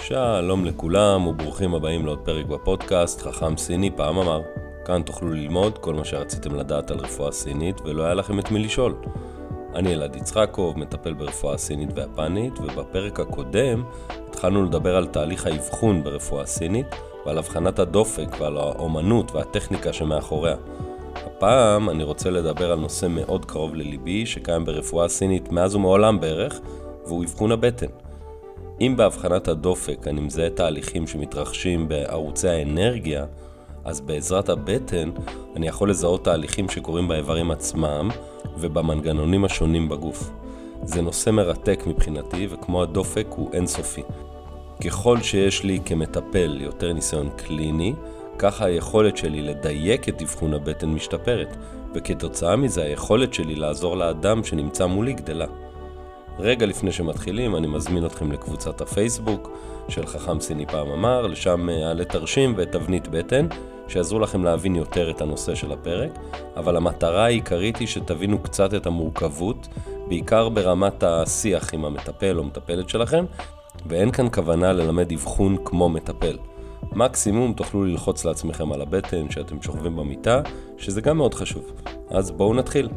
שלום לכולם וברוכים הבאים לעוד פרק בפודקאסט חכם סיני פעם אמר. כאן תוכלו ללמוד כל מה שרציתם לדעת על רפואה סינית ולא היה לכם את מי לשאול. אני אלעד יצחקוב, מטפל ברפואה סינית ויפנית, ובפרק הקודם התחלנו לדבר על תהליך האבחון ברפואה סינית ועל הבחנת הדופק ועל האומנות והטכניקה שמאחוריה. הפעם אני רוצה לדבר על נושא מאוד קרוב לליבי שקיים ברפואה סינית מאז ומעולם בערך, והוא אבחון הבטן. אם בהבחנת הדופק אני מזהה תהליכים שמתרחשים בערוצי האנרגיה, אז בעזרת הבטן אני יכול לזהות תהליכים שקורים באיברים עצמם ובמנגנונים השונים בגוף. זה נושא מרתק מבחינתי, וכמו הדופק הוא אינסופי. ככל שיש לי כמטפל יותר ניסיון קליני, ככה היכולת שלי לדייק את אבחון הבטן משתפרת, וכתוצאה מזה היכולת שלי לעזור לאדם שנמצא מולי גדלה. רגע לפני שמתחילים, אני מזמין אתכם לקבוצת הפייסבוק של חכם סיני פעם אמר, לשם אעלה תרשים ותבנית בטן, שיעזרו לכם להבין יותר את הנושא של הפרק, אבל המטרה העיקרית היא שתבינו קצת את המורכבות, בעיקר ברמת השיח עם המטפל או מטפלת שלכם, ואין כאן כוונה ללמד אבחון כמו מטפל. מקסימום תוכלו ללחוץ לעצמכם על הבטן שאתם שוכבים במיטה, שזה גם מאוד חשוב. אז בואו נתחיל.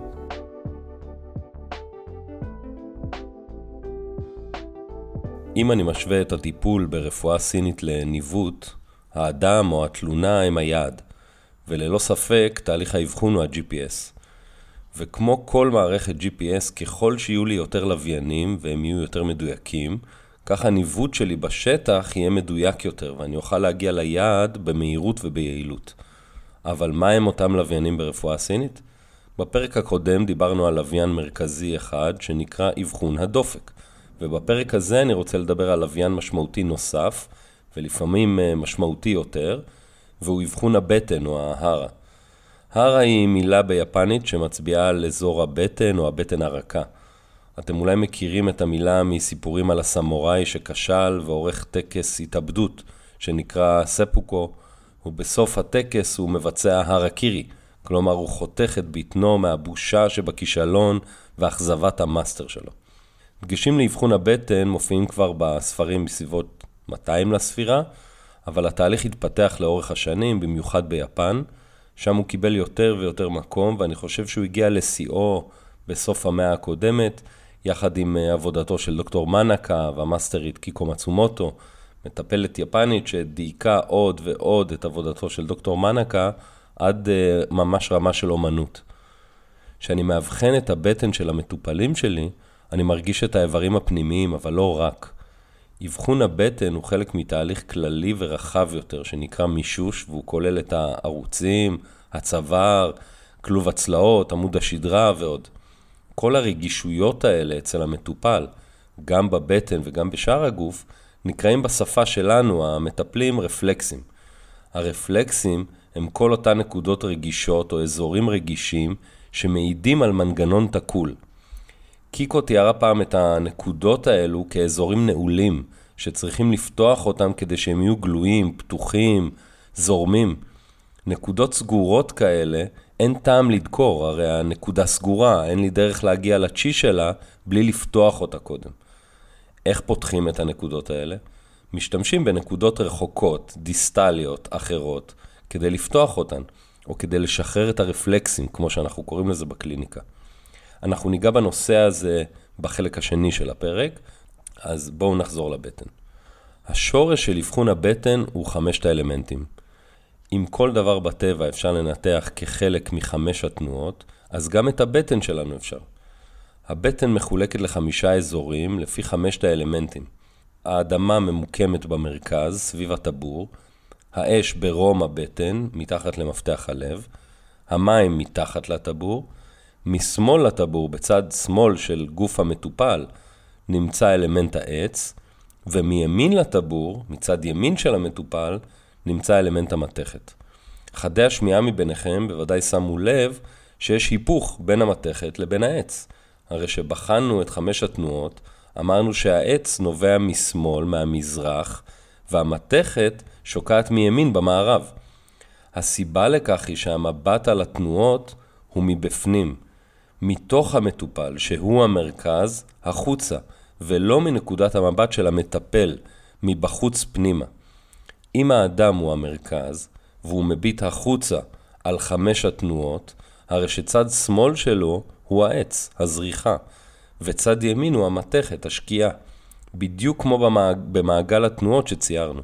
אם אני משווה את הטיפול ברפואה סינית לניווט, האדם או התלונה הם היעד, וללא ספק תהליך האבחון הוא ה-GPS. וכמו כל מערכת GPS, ככל שיהיו לי יותר לוויינים והם יהיו יותר מדויקים, כך הניווט שלי בשטח יהיה מדויק יותר, ואני אוכל להגיע ליעד במהירות וביעילות. אבל מה הם אותם לוויינים ברפואה סינית? בפרק הקודם דיברנו על לוויין מרכזי אחד שנקרא אבחון הדופק. ובפרק הזה אני רוצה לדבר על לוויין משמעותי נוסף, ולפעמים משמעותי יותר, והוא אבחון הבטן או ההרה. הרה היא מילה ביפנית שמצביעה על אזור הבטן או הבטן הרכה. אתם אולי מכירים את המילה מסיפורים על הסמוראי שכשל ועורך טקס התאבדות שנקרא ספוקו, ובסוף הטקס הוא מבצע הרקירי, כלומר הוא חותך את בטנו מהבושה שבכישלון ואכזבת המאסטר שלו. דגשים לאבחון הבטן מופיעים כבר בספרים בסביבות 200 לספירה, אבל התהליך התפתח לאורך השנים, במיוחד ביפן. שם הוא קיבל יותר ויותר מקום, ואני חושב שהוא הגיע לשיאו בסוף המאה הקודמת, יחד עם עבודתו של דוקטור מנקה והמאסטרית קיקו מצומוטו, מטפלת יפנית שדייקה עוד ועוד את עבודתו של דוקטור מנקה, עד ממש רמה של אומנות. כשאני מאבחן את הבטן של המטופלים שלי, אני מרגיש את האיברים הפנימיים, אבל לא רק. אבחון הבטן הוא חלק מתהליך כללי ורחב יותר, שנקרא מישוש, והוא כולל את הערוצים, הצוואר, כלוב הצלעות, עמוד השדרה ועוד. כל הרגישויות האלה אצל המטופל, גם בבטן וגם בשאר הגוף, נקראים בשפה שלנו, המטפלים, רפלקסים. הרפלקסים הם כל אותן נקודות רגישות או אזורים רגישים שמעידים על מנגנון תקול. קיקו תיארה פעם את הנקודות האלו כאזורים נעולים, שצריכים לפתוח אותם כדי שהם יהיו גלויים, פתוחים, זורמים. נקודות סגורות כאלה, אין טעם לדקור, הרי הנקודה סגורה, אין לי דרך להגיע לצ'י שלה בלי לפתוח אותה קודם. איך פותחים את הנקודות האלה? משתמשים בנקודות רחוקות, דיסטליות, אחרות, כדי לפתוח אותן, או כדי לשחרר את הרפלקסים, כמו שאנחנו קוראים לזה בקליניקה. אנחנו ניגע בנושא הזה בחלק השני של הפרק, אז בואו נחזור לבטן. השורש של אבחון הבטן הוא 5 האלמנטים. אם כל דבר בטבע אפשר לנתח כחלק מ5 התנועות, אז גם את הבטן שלנו אפשר. הבטן מחולקת ל5 אזורים לפי 5 האלמנטים. האדמה ממוקמת במרכז, סביב הטבור, האש ברום הבטן, מתחת למפתח הלב, המים מתחת לטבור, משמאל לטבור, בצד שמאל של גוף המטופל, נמצא אלמנט העץ, ומימין לטבור, מצד ימין של המטופל, נמצא אלמנט המתכת. חדי השמיעה מביניכם בוודאי שמו לב שיש היפוך בין המתכת לבין העץ. הרי שבחנו את 5 התנועות, אמרנו שהעץ נובע משמאל, מהמזרח, והמתכת שוקעת מימין במערב. הסיבה לכך היא שהמבט על התנועות הוא מבפנים, מתוך המטופל שהוא המרכז, החוצה, ולא מנקודת המבט של המטפל, מבחוץ פנימה. אם האדם הוא המרכז, והוא מביט החוצה על 5 התנועות, הרי שצד שמאל שלו הוא העץ, הזריחה, וצד ימין הוא המתכת, השקיעה, בדיוק כמו במעגל התנועות שציירנו.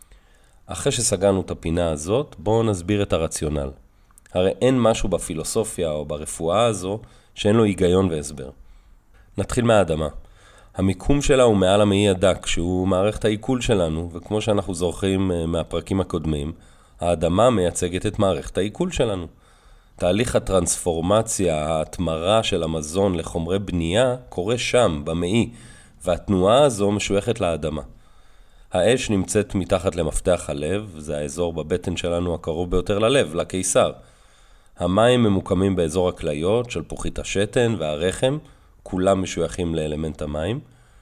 אחרי שסגרנו את הפינה הזאת, בואו נסביר את הרציונל. הרי אין משהו בפילוסופיה או ברפואה הזו שאין לו היגיון והסבר. נתחיל מהאדמה. המיקום שלה הוא מעל המעי הדק, שהוא מערכת העיכול שלנו, וכמו שאנחנו זוכרים מהפרקים הקודמים, האדמה מייצגת את מערכת העיכול שלנו. תהליך הטרנספורמציה, ההתמרה של המזון לחומרי בנייה, קורה שם, במעי, והתנועה הזו משויכת לאדמה. האש נמצאת מתחת למפתח הלב, זה האזור בבטן שלנו הקרוב ביותר ללב, לקיסר. המים ממוקמים באזור הכליות, שלפוחית השתן והרחם, כולם משויכים לאלמנט המים.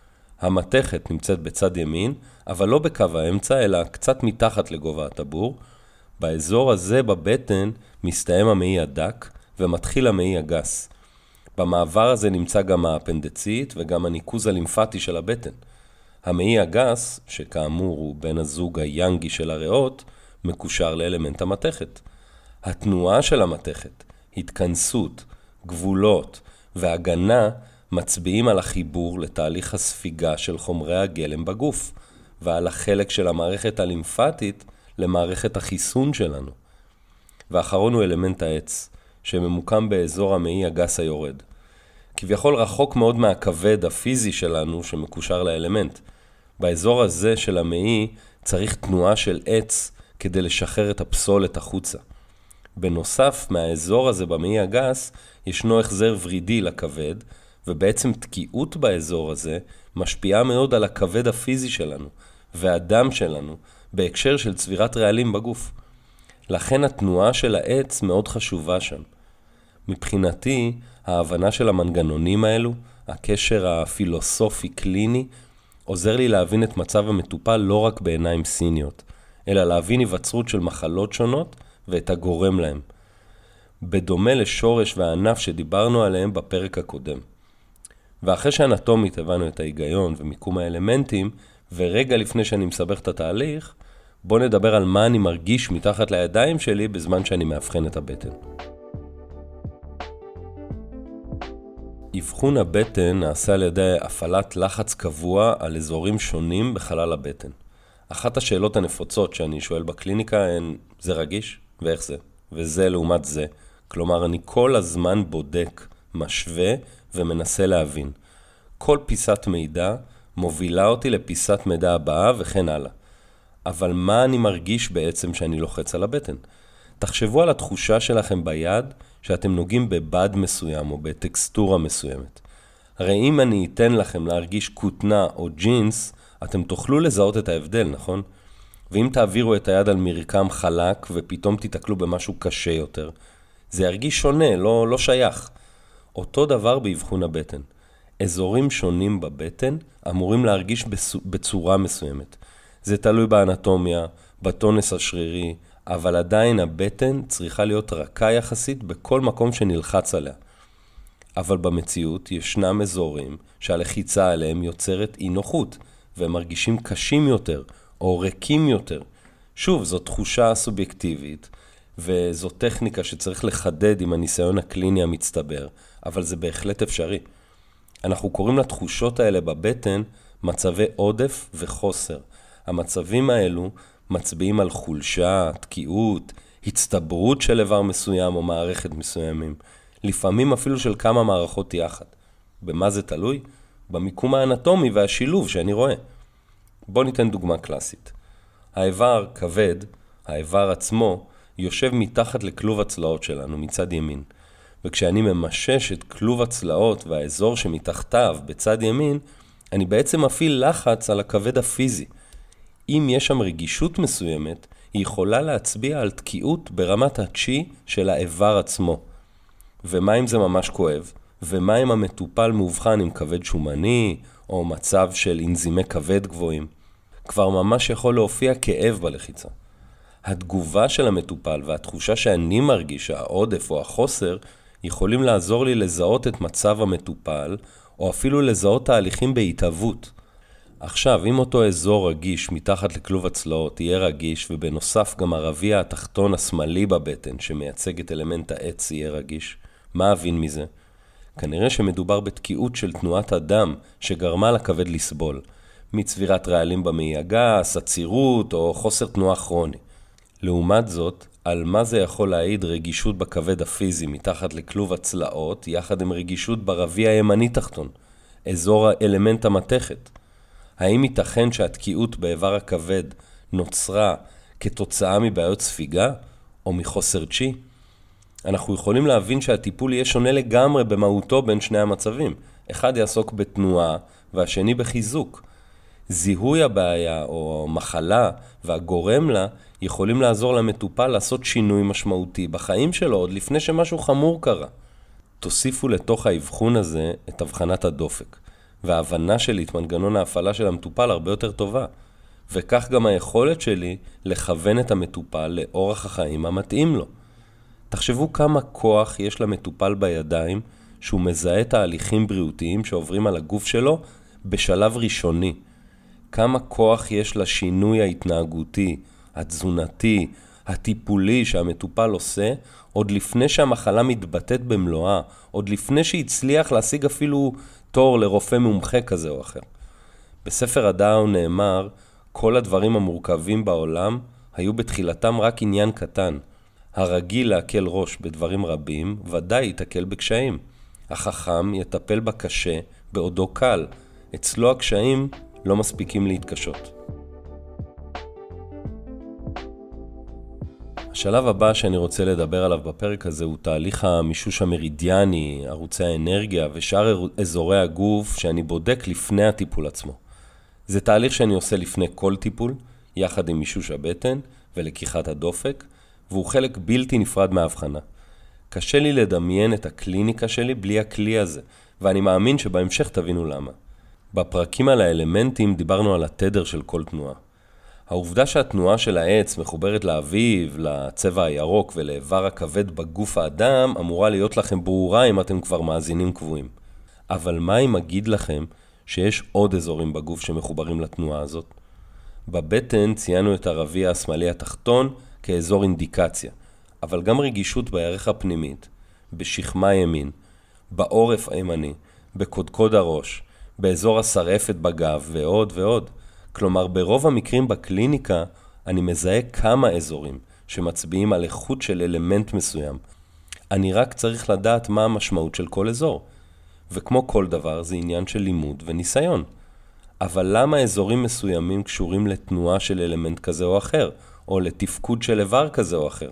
המתכת נמצאת בצד ימין, אבל לא בקו האמצע, אלא קצת מתחת לגובה הטבור. באזור הזה בבטן מסתיים המעי הדק ומתחיל המעי הגס. במעבר הזה נמצא גם האפנדצית וגם הניקוז הלימפטי של הבטן. המעי הגס, שכאמור הוא בן הזוג היאנגי של הריאות, מקושר לאלמנט המתכת. התנועה של המתכת, התכנסות, גבולות והגנה מצביעים על החיבור לתהליך הספיגה של חומרי הגלם בגוף, ועל החלק של המערכת הלימפטית למערכת החיסון שלנו. ואחרון הוא אלמנט העץ, שממוקם באזור המעי הגס היורד. כביכול רחוק מאוד מהכבד הפיזי שלנו שמקושר לאלמנט. באזור הזה של המעי צריך תנועה של עץ כדי לשחרר את הפסולת החוצה. בנוסף, מהאזור הזה במעי הגס ישנו החזר ורידי לכבד, ובעצם תקיעות באזור הזה משפיעה מאוד על הכבד הפיזי שלנו והדם שלנו בהקשר של צבירת רעלים בגוף. לכן התנועה של העץ מאוד חשובה שם. מבחינתי, ההבנה של המנגנונים האלו, הקשר הפילוסופי-קליני, עוזר לי להבין את מצב המטופל לא רק בעיניים סיניות, אלא להבין היווצרות של מחלות שונות ואת הגורם להם. בדומה לשורש והענף שדיברנו עליהם בפרק הקודם. ואחרי שאנטומית הבנו את ההיגיון ומיקום האלמנטים, ורגע לפני שאני מסבך את התהליך, בוא נדבר על מה אני מרגיש מתחת לידיים שלי בזמן שאני מאבחן את הבטן. אבחון הבטן נעשה על ידי הפעלת לחץ קבוע על אזורים שונים בחלל הבטן. אחת השאלות הנפוצות שאני שואל בקליניקה הן, זה רגיש? ואיך זה? וזה לעומת זה. כלומר, אני כל הזמן בודק, משווה ומנסה להבין. כל פיסת מידע מובילה אותי לפיסת מידע הבאה וכן הלאה. אבל מה אני מרגיש בעצם שאני לוחץ על הבטן? תחשבו על התחושה שלכם ביד שאתם נוגעים בבד מסוים או בטקסטורה מסוימת. הרי אם אני אתן לכם להרגיש כותנה או ג'ינס, אתם תוכלו לזהות את ההבדל, נכון? ואם תעבירו את היד על מרקם חלק ופתאום תתקלו במשהו קשה יותר, זה ירגיש שונה, לא שייך. אותו דבר באבחון הבטן. אזורים שונים בבטן אמורים להרגיש בצורה מסוימת. זה תלוי באנטומיה, בטונס השרירי, אבל עדיין הבטן צריכה להיות רכה יחסית בכל מקום שנלחץ עליה. אבל במציאות ישנם אזורים שהלחיצה עליהם יוצרת אי נוחות, והם מרגישים קשים יותר או ריקים יותר. שוב, זו תחושה סובייקטיבית, וזו טכניקה שצריך לחדד עם הניסיון הקליני המצטבר, אבל זה בהחלט אפשרי. אנחנו קוראים לתחושות האלה בבטן מצבי עודף וחוסר. המצבים האלו מצביעים על חולשה, תקיעות, הצטברות של איבר מסוים או מערכת מסוימים, לפעמים אפילו של כמה מערכות יחד. במה זה תלוי? במיקום האנטומי והשילוב שאני רואה. בוא ניתן דוגמה קלאסית. האיבר כבד, האיבר עצמו, יושב מתחת לכלוב הצלעות שלנו מצד ימין. וכשאני ממשש את כלוב הצלעות והאזור שמתחתיו בצד ימין, אני בעצם מפעיל לחץ על הכבד הפיזי. אם יש שם רגישות מסוימת, היא יכולה להצביע על תקיעות ברמת הצ'י של האיבר עצמו. ומה אם זה ממש כואב? ומה אם המטופל מאובחן עם כבד שומני, או מצב של אנזימי כבד גבוהים? כבר ממש יכול להופיע כאב בלחיצה. התגובה של המטופל והתחושה שאני מרגיש, העודף או החוסר, יכולים לעזור לי לזהות את מצב המטופל, או אפילו לזהות תהליכים בהתהוות. עכשיו, אם אותו אזור רגיש מתחת לכלוב הצלעות יהיה רגיש, ובנוסף גם הרביע התחתון השמאלי בבטן שמייצג את אלמנט העץ יהיה רגיש, מה אבין מזה? כנראה שמדובר בתקיעות של תנועת הדם שגרמה לכבד לסבול, מצבירת רעלים במעי הגס, עצירות או חוסר תנועה כרוני. לעומת זאת, על מה זה יכול להעיד רגישות בכבד הפיזי מתחת לכלוב הצלעות יחד עם רגישות ברביע הימני תחתון, אזור האלמנט המתכת? האם ייתכן שהתקיעות באיבר הכבד נוצרה כתוצאה מבעיות ספיגה או מחוסר צ'י? אנחנו יכולים להבין שהטיפול יהיה שונה לגמרי במהותו בין שני המצבים. אחד יעסוק בתנועה והשני בחיזוק. זיהוי הבעיה או מחלה והגורם לה יכולים לעזור למטופל לעשות שינוי משמעותי בחיים שלו עוד לפני שמשהו חמור קרה. תוסיפו לתוך האבחון הזה את הבחנת הדופק, וההבנה שלי את מנגנון ההפעלה של המטופל הרבה יותר טובה, וכך גם היכולת שלי לכוון את המטופל לאורח החיים המתאים לו. תחשבו כמה כוח יש למטופל בידיים שהוא מזהה תהליכים בריאותיים שעוברים על הגוף שלו בשלב ראשוני. כמה כוח יש לשינוי ההתנהגותי, התזונתי, הטיפולי שהמטופל עושה עוד לפני שהמחלה מתבטאת במלואה, עוד לפני שהצליח להשיג אפילו תור לרופא מומחה כזה או אחר. בספר הדאו נאמר, כל הדברים המורכבים בעולם היו בתחילתם רק עניין קטן. הרגיל להקל ראש בדברים רבים, ודאי יתקל בקשיים. החכם יטפל בקשה בעודו קל. אצלו הקשיים לא מספיקים להתקשות. השלב הבא שאני רוצה לדבר עליו בפרק הזה הוא תהליך המישוש המרידיאני, ערוצי האנרגיה ושאר אזורי הגוף שאני בודק לפני הטיפול עצמו. זה תהליך שאני עושה לפני כל טיפול, יחד עם מישוש הבטן ולקיחת הדופק, והוא חלק בלתי נפרד מההבחנה. קשה לי לדמיין את הקליניקה שלי בלי הכלי הזה, ואני מאמין שבהמשך תבינו למה. בפרקים על האלמנטים דיברנו על התדר של כל תנועה. העובדה שהתנועה של העץ מחוברת לאביב, לצבע הירוק ולאיבר הכבד בגוף האדם אמורה להיות לכם ברורה אם אתם כבר מאזינים קבועים. אבל מה אם אגיד לכם שיש עוד אזורים בגוף שמחוברים לתנועה הזאת? בבטן ציינו את הרביע השמאלי התחתון כאזור אינדיקציה, אבל גם רגישות בירך הפנימית, בשכמה ימין, בעורף הימני, בקודקוד הראש, באזור השרעפת בגב ועוד ועוד. כלומר, ברוב המקרים בקליניקה אני מזהה כמה אזורים שמצביעים על איכות של אלמנט מסוים. אני רק צריך לדעת מה המשמעות של כל אזור. וכמו כל דבר זה עניין של לימוד וניסיון. אבל למה אזורים מסוימים קשורים לתנועה של אלמנט כזה או אחר, או לתפקוד של איבר כזה או אחר?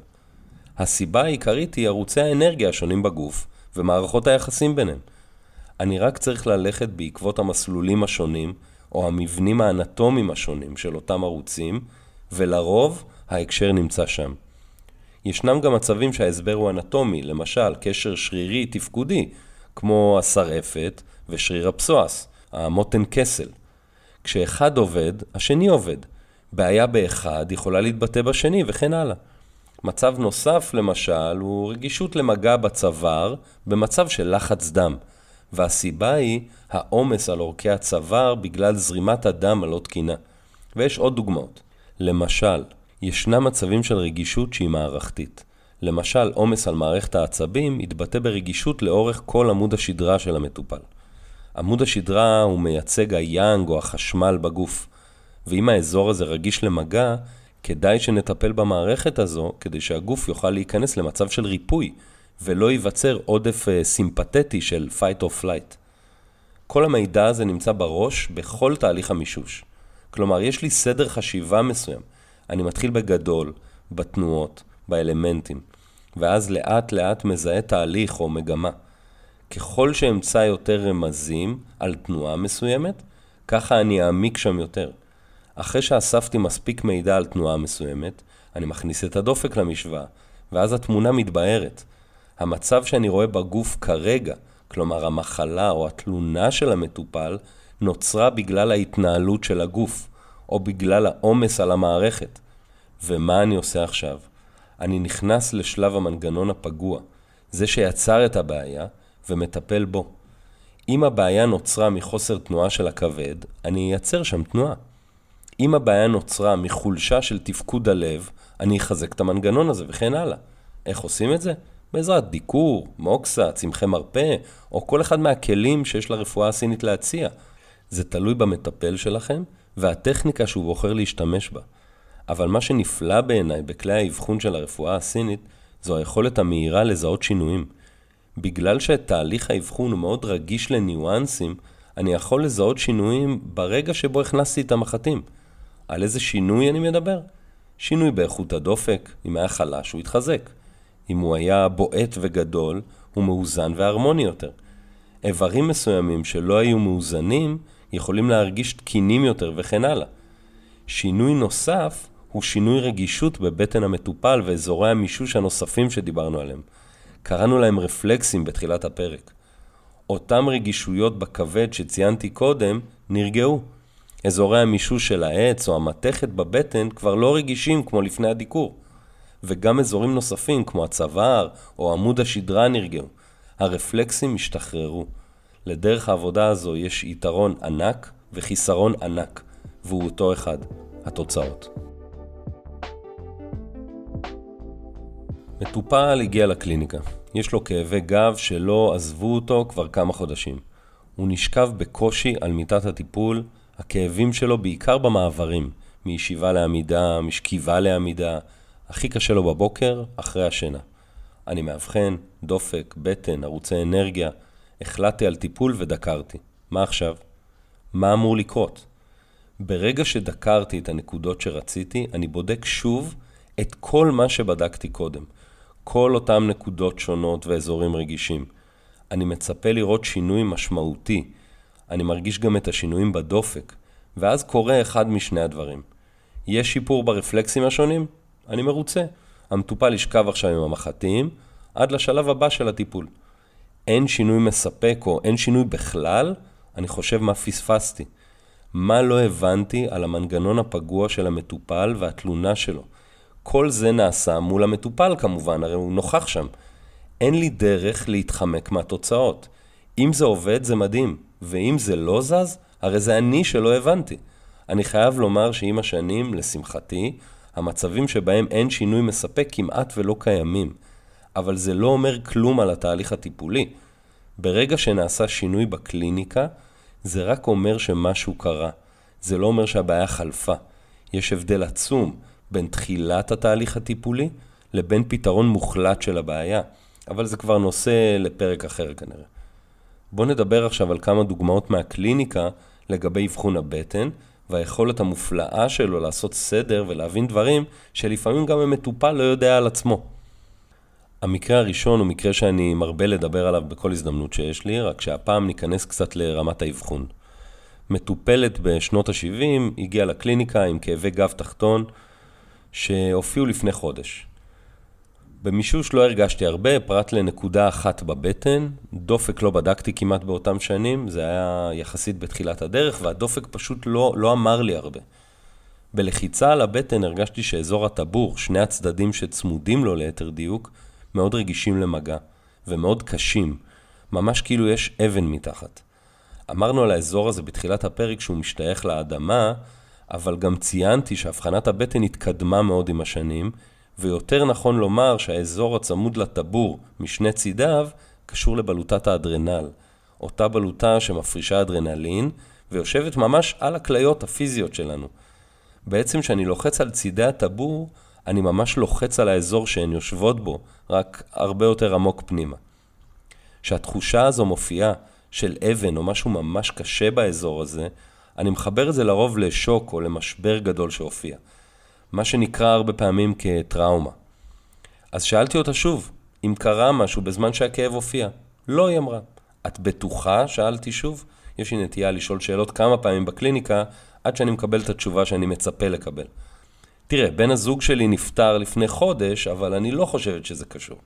הסיבה העיקרית היא ערוצי האנרגיה השונים בגוף ומערכות היחסים ביניהם. אני רק צריך ללכת בעקבות המסלולים השונים או המבנים האנטומיים השונים של אותם ערוצים, ולרוב ההקשר נמצא שם. ישנם גם מצבים שההסבר הוא אנטומי, למשל קשר שרירי תפקודי, כמו השרעפת ושריר הפסואס, המותן כסל. כשאחד עובד, השני עובד. בעיה באחד יכולה להתבטא בשני וכן הלאה. מצב נוסף למשל הוא רגישות למגע בצוואר במצב של לחץ דם. והסיבה היא העומס על עורקי הצוואר בגלל זרימת הדם הלא תקינה. ויש עוד דוגמאות. למשל, ישנם מצבים של רגישות שהיא מערכתית. למשל, עומס על מערכת העצבים יתבטא ברגישות לאורך כל עמוד השדרה של המטופל. עמוד השדרה הוא מייצג היאנג או החשמל בגוף. ואם האזור הזה רגיש למגע, כדאי שנטפל במערכת הזו כדי שהגוף יוכל להיכנס למצב של ריפוי, ולא ייווצר עודף סימפתטי של fight or flight. כל המידע הזה נמצא בראש בכל תהליך המישוש. כלומר, יש לי סדר חשיבה מסוים. אני מתחיל בגדול, בתנועות, באלמנטים, ואז לאט לאט מזהה תהליך או מגמה. ככל שאמצא יותר רמזים על תנועה מסוימת, ככה אני אעמיק שם יותר. אחרי שאספתי מספיק מידע על תנועה מסוימת, אני מכניס את הדופק למשוואה, ואז התמונה מתבהרת. המצב שאני רואה בגוף כרגע, כלומר המחלה או התלונה של המטופל, נוצרה בגלל ההתנהלות של הגוף, או בגלל העומס על המערכת. ומה אני עושה עכשיו? אני נכנס לשלב המנגנון הפגוע, זה שיצר את הבעיה ומטפל בו. אם הבעיה נוצרה מחוסר תנועה של הכבד, אני אייצר שם תנועה. אם הבעיה נוצרה מחולשה של תפקוד הלב, אני אחזק את המנגנון הזה וכן הלאה. איך עושים את זה? בעזרת דיקור, מוקסה, צמחי מרפא, או כל אחד מהכלים שיש לרפואה הסינית להציע. זה תלוי במטפל שלכם והטכניקה שהוא בוחר להשתמש בה. אבל מה שנפלא בעיניי בכלי האבחון של הרפואה הסינית, זו היכולת המהירה לזהות שינויים. בגלל שתהליך האבחון הוא מאוד רגיש לניואנסים, אני יכול לזהות שינויים ברגע שבו הכנסתי את המחטים. על איזה שינוי אני מדבר? שינוי באיכות הדופק, אם היה חלש הוא התחזק. אם הוא היה בועט וגדול, הוא מאוזן והרמוני יותר. איברים מסוימים שלא היו מאוזנים, יכולים להרגיש תקינים יותר וכן הלאה. שינוי נוסף הוא שינוי רגישות בבטן המטופל ואזורי המישוש הנוספים שדיברנו עליהם. קראנו להם רפלקסים בתחילת הפרק. אותם רגישויות בכבד שציינתי קודם נרגעו. אזורי המישוש של העץ או המתכת בבטן כבר לא רגישים כמו לפני הדיקור. וגם אזורים נוספים כמו הצוואר או עמוד השדרה נרגעו. הרפלקסים השתחררו. לדרך העבודה הזו יש יתרון ענק וחיסרון ענק, והוא אותו אחד, התוצאות. מטופל הגיע לקליניקה. יש לו כאבי גב שלא עזבו אותו כבר כמה חודשים. הוא נשכב בקושי על מיטת הטיפול, הכאבים שלו בעיקר במעברים, מישיבה לעמידה, משכיבה לעמידה, הכי קשה לו בבוקר, אחרי השינה. אני מאבחן, דופק, בטן, ערוצי אנרגיה, החלטתי על טיפול ודקרתי. מה עכשיו? מה אמור לקרות? ברגע שדקרתי את הנקודות שרציתי, אני בודק שוב את כל מה שבדקתי קודם. כל אותם נקודות שונות ואזורים רגישים. אני מצפה לראות שינוי משמעותי. אני מרגיש גם את השינויים בדופק, ואז קורה אחד משני הדברים. יש שיפור ברפלקסים השונים? אני מרוצה. המטופל ישכב עכשיו עם המחטים, עד לשלב הבא של הטיפול. אין שינוי מספק או אין שינוי בכלל, אני חושב מה פספסתי. מה לא הבנתי על המנגנון הפגוע של המטופל והתלונה שלו. כל זה נעשה מול המטופל כמובן, הרי הוא נוכח שם. אין לי דרך להתחמק מהתוצאות. אם זה עובד זה מדהים, ואם זה לא זז, הרי זה אני שלא הבנתי. אני חייב לומר שעם השנים, לשמחתי, המצבים שבהם אין שינוי מספק כמעט ולא קיימים. אבל זה לא אומר כלום על התהליך הטיפולי. ברגע שנעשה שינוי בקליניקה, זה רק אומר שמשהו קרה. זה לא אומר שהבעיה חלפה. יש הבדל עצום בין תחילת התהליך הטיפולי לבין פתרון מוחלט של הבעיה. אבל זה כבר נושא לפרק אחר כנראה. בוא נדבר עכשיו על כמה דוגמאות מהקליניקה לגבי אבחון הבטן, והיכולת המופלאה שלו לעשות סדר ולהבין דברים שלפעמים גם המטופל לא יודע על עצמו. המקרה הראשון הוא מקרה שאני מרבה לדבר עליו בכל הזדמנות שיש לי, רק שהפעם ניכנס קצת לרמת האבחון. מטופלת בשנות ה-70 הגיעה לקליניקה עם כאבי גב תחתון שהופיעו לפני חודש. במישוש לא הרגשתי הרבה, פרט לנקודה אחת בבטן, דופק לא בדקתי כמעט באותם שנים, זה היה יחסית בתחילת הדרך, והדופק פשוט לא אמר לי הרבה. בלחיצה על הבטן הרגשתי שאזור הטבור, שני הצדדים שצמודים לו ליתר דיוק, מאוד רגישים למגע, ומאוד קשים, ממש כאילו יש אבן מתחת. אמרנו על האזור הזה בתחילת הפרק שהוא משתייך לאדמה, אבל גם ציינתי שהבחנת הבטן התקדמה מאוד עם השנים, ויותר נכון לומר שהאזור הצמוד לטבור משני צידיו קשור לבלוטת האדרנל, אותה בלוטה שמפרישה אדרנלין ויושבת ממש על הכליות הפיזיות שלנו. בעצם כשאני לוחץ על צידי הטבור, אני ממש לוחץ על האזור שהן יושבות בו, רק הרבה יותר עמוק פנימה. שהתחושה הזו מופיעה של אבן או משהו ממש קשה באזור הזה, אני מחבר את זה לרוב לשוק או למשבר גדול שהופיע. מה שנקרא הרבה פעמים כטראומה. אז שאלתי אותה שוב, אם קרה משהו בזמן שהכאב הופיע. לא, היא אמרה. את בטוחה? שאלתי שוב. יש לי נטייה לשאול שאלות כמה פעמים בקליניקה, עד שאני מקבל את התשובה שאני מצפה לקבל. תראה, בן הזוג שלי נפטר לפני חודש, אבל אני לא חושבת שזה קשור.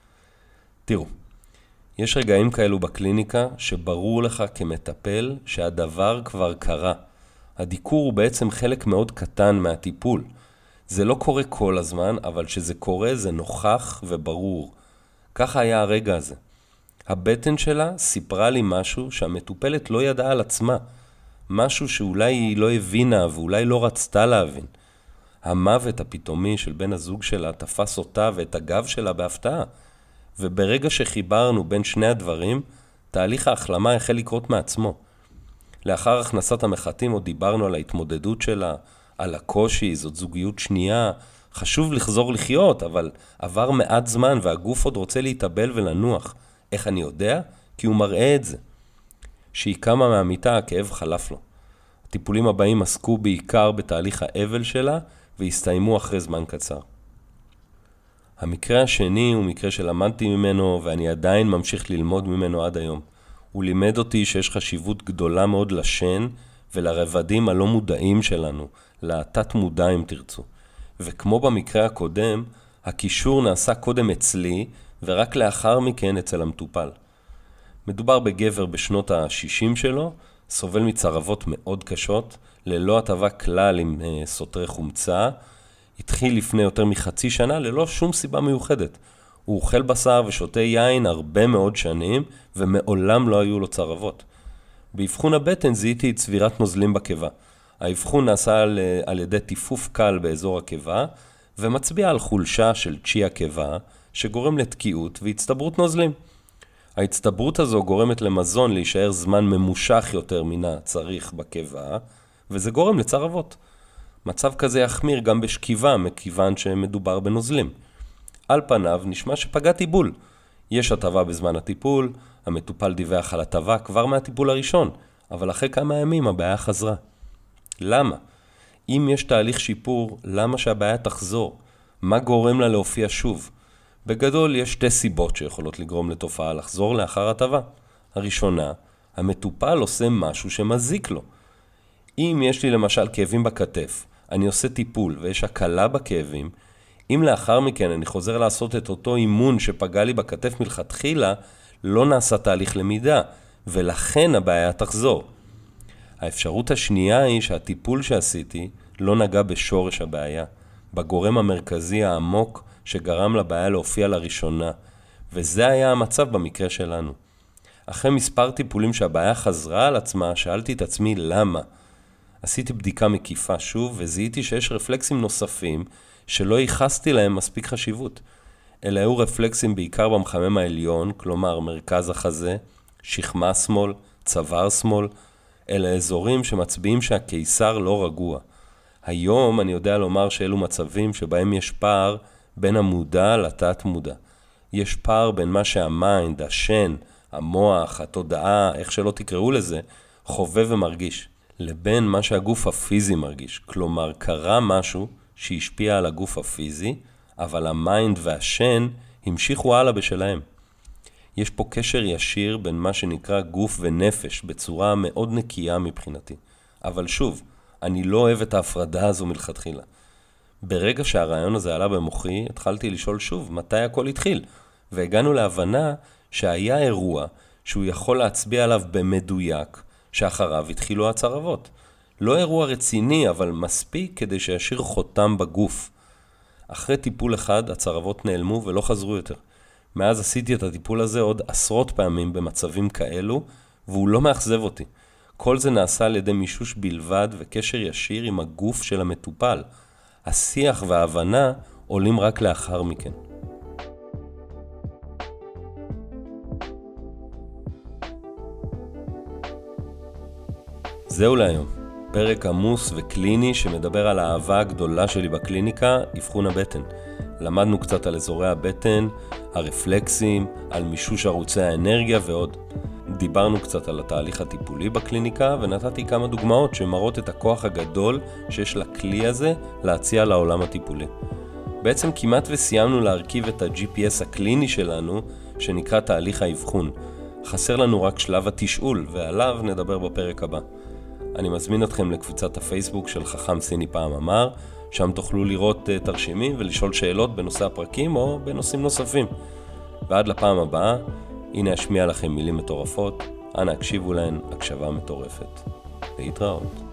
תראו, יש רגעים כאלו בקליניקה שברור לך כמטפל שהדבר כבר קרה. הדיקור הוא בעצם חלק מאוד קטן מהטיפול. זה לא קורה כל הזמן, אבל שזה קורה זה נוכח וברור. ככה היה הרגע הזה. הבטן שלה סיפרה לי משהו שהמטופלת לא ידעה על עצמה, משהו שאולי היא לא הבינה ואולי לא רצתה להבין. המוות הפתאומי של בן הזוג שלה תפס אותה ואת הגב שלה בהפתעה, וברגע שחיברנו בין שני הדברים, תהליך ההחלמה החל לקרות מעצמו. לאחר הכנסת המחטים עוד דיברנו על ההתמודדות שלה, על הקושי, זאת זוגיות שנייה, חשוב לחזור לחיות, אבל עבר מעט זמן והגוף עוד רוצה להתאבל ולנוח. איך אני יודע? כי הוא מראה את זה. שהיא קמה מהמיטה, הכאב חלף לו. הטיפולים הבאים עסקו בעיקר בתהליך האבל שלה, והסתיימו אחרי זמן קצר. המקרה השני הוא מקרה שלמדתי ממנו, ואני עדיין ממשיך ללמוד ממנו עד היום. הוא לימד אותי שיש חשיבות גדולה מאוד לשן ולרבדים הלא מודעים שלנו, לתת מודע אם תרצו. וכמו במקרה הקודם, הקישור נעשה קודם אצלי, ורק לאחר מכן אצל המטופל. מדובר בגבר בשנות ה-60 שלו, סובל מצרבות מאוד קשות, ללא הטבה כלל עם סותרי חומצה, התחיל לפני יותר מחצי שנה ללא שום סיבה מיוחדת. הוא אוכל בשר ושותה יין הרבה מאוד שנים, ומעולם לא היו לו צרבות. באבחון הבטן זיהיתי את צבירת נוזלים בקיבה. האבחון נעשה על ידי טיפוף קל באזור הקיבה, ומצביע על חולשה של צ'י הקיבה, שגורם לתקיעות והצטברות נוזלים. ההצטברות הזו גורמת למזון להישאר זמן ממושך יותר מן הצריך בקיבה, וזה גורם לצרבות. מצב כזה יחמיר גם בשכיבה, מכיוון שמדובר בנוזלים. על פניו נשמע שפגע טיפול. יש הטבה בזמן הטיפול, המטופל דיווח על הטבה כבר מהטיפול הראשון, אבל אחרי כמה ימים הבעיה חזרה. למה? אם יש תהליך שיפור, למה שהבעיה תחזור? מה גורם לה להופיע שוב? בגדול יש שתי סיבות שיכולות לגרום לתופעה לחזור לאחר הטבה. הראשונה, המטופל עושה משהו שמזיק לו. אם יש לי למשל כאבים בכתף, אני עושה טיפול ויש הקלה בכאבים, אם לאחר מכן אני חוזר לעשות את אותו אימון שפגע לי בכתף מלכתחילה, לא נעשה תהליך למידה, ולכן הבעיה תחזור. האפשרות השנייה היא שהטיפול שעשיתי לא נגע בשורש הבעיה, בגורם המרכזי העמוק שגרם לבעיה להופיע לראשונה, וזה היה המצב במקרה שלנו. אחרי מספר טיפולים שהבעיה חזרה על עצמה, שאלתי את עצמי למה. עשיתי בדיקה מקיפה שוב וזיהיתי שיש רפלקסים נוספים שלא ייחסתי להם מספיק חשיבות. אלה היו רפלקסים בעיקר במחמם העליון, כלומר מרכז החזה, שכמה שמאל, צוואר שמאל, אלה אזורים שמצביעים שהקיסר לא רגוע. היום אני יודע לומר שאלו מצבים שבהם יש פער בין המודע לתת מודע. יש פער בין מה שהמיינד, השן, המוח, התודעה, איך שלא תקראו לזה, חווה ומרגיש, לבין מה שהגוף הפיזי מרגיש. כלומר, קרה משהו שהשפיע על הגוף הפיזי, אבל המיינד והשן המשיכו הלאה בשלהם. יש פה קשר ישיר בין מה שנקרא גוף ונפש, בצורה מאוד נקייה מבחינתי. אבל שוב, אני לא אוהב את ההפרדה הזו מלכתחילה. ברגע שהרעיון הזה עלה במוחי, התחלתי לשאול שוב מתי הכל התחיל, והגענו להבנה שהיה אירוע שהוא יכול להצביע עליו במדויק, שאחריו התחילו הצרבות. לא אירוע רציני, אבל מספיק כדי שישאיר חותם בגוף. אחרי טיפול אחד, הצרבות נעלמו ולא חזרו יותר. מאז עשיתי את הטיפול הזה עוד עשרות פעמים במצבים כאלו, והוא לא מאכזב אותי. כל זה נעשה על ידי מישוש בלבד וקשר ישיר עם הגוף של המטופל. השיח וההבנה עולים רק לאחר מכן. זהו להיום. פרק עמוס וקליני שמדבר על האהבה הגדולה שלי בקליניקה, אבחון הבטן. למדנו קצת על אזורי הבטן, הרפלקסים, על מישוש ערוצי האנרגיה ועוד. דיברנו קצת על התהליך הטיפולי בקליניקה ונתתי כמה דוגמאות שמראות את הכוח הגדול שיש לכלי הזה להציע לעולם הטיפולי. בעצם כמעט וסיימנו להרכיב את ה-GPS הקליני שלנו שנקרא תהליך האבחון. חסר לנו רק שלב התשאול ועליו נדבר בפרק הבא. אני מזמין אתכם לקבוצת הפייסבוק של חכם סיני פעם אמר, שם תוכלו לראות תרשימים ולשאול שאלות בנושא הפרקים או בנושאים נוספים. ועד לפעם הבאה, הנה אשמיע לכם מילים מטורפות, אנא הקשיבו להן הקשבה מטורפת. להתראות.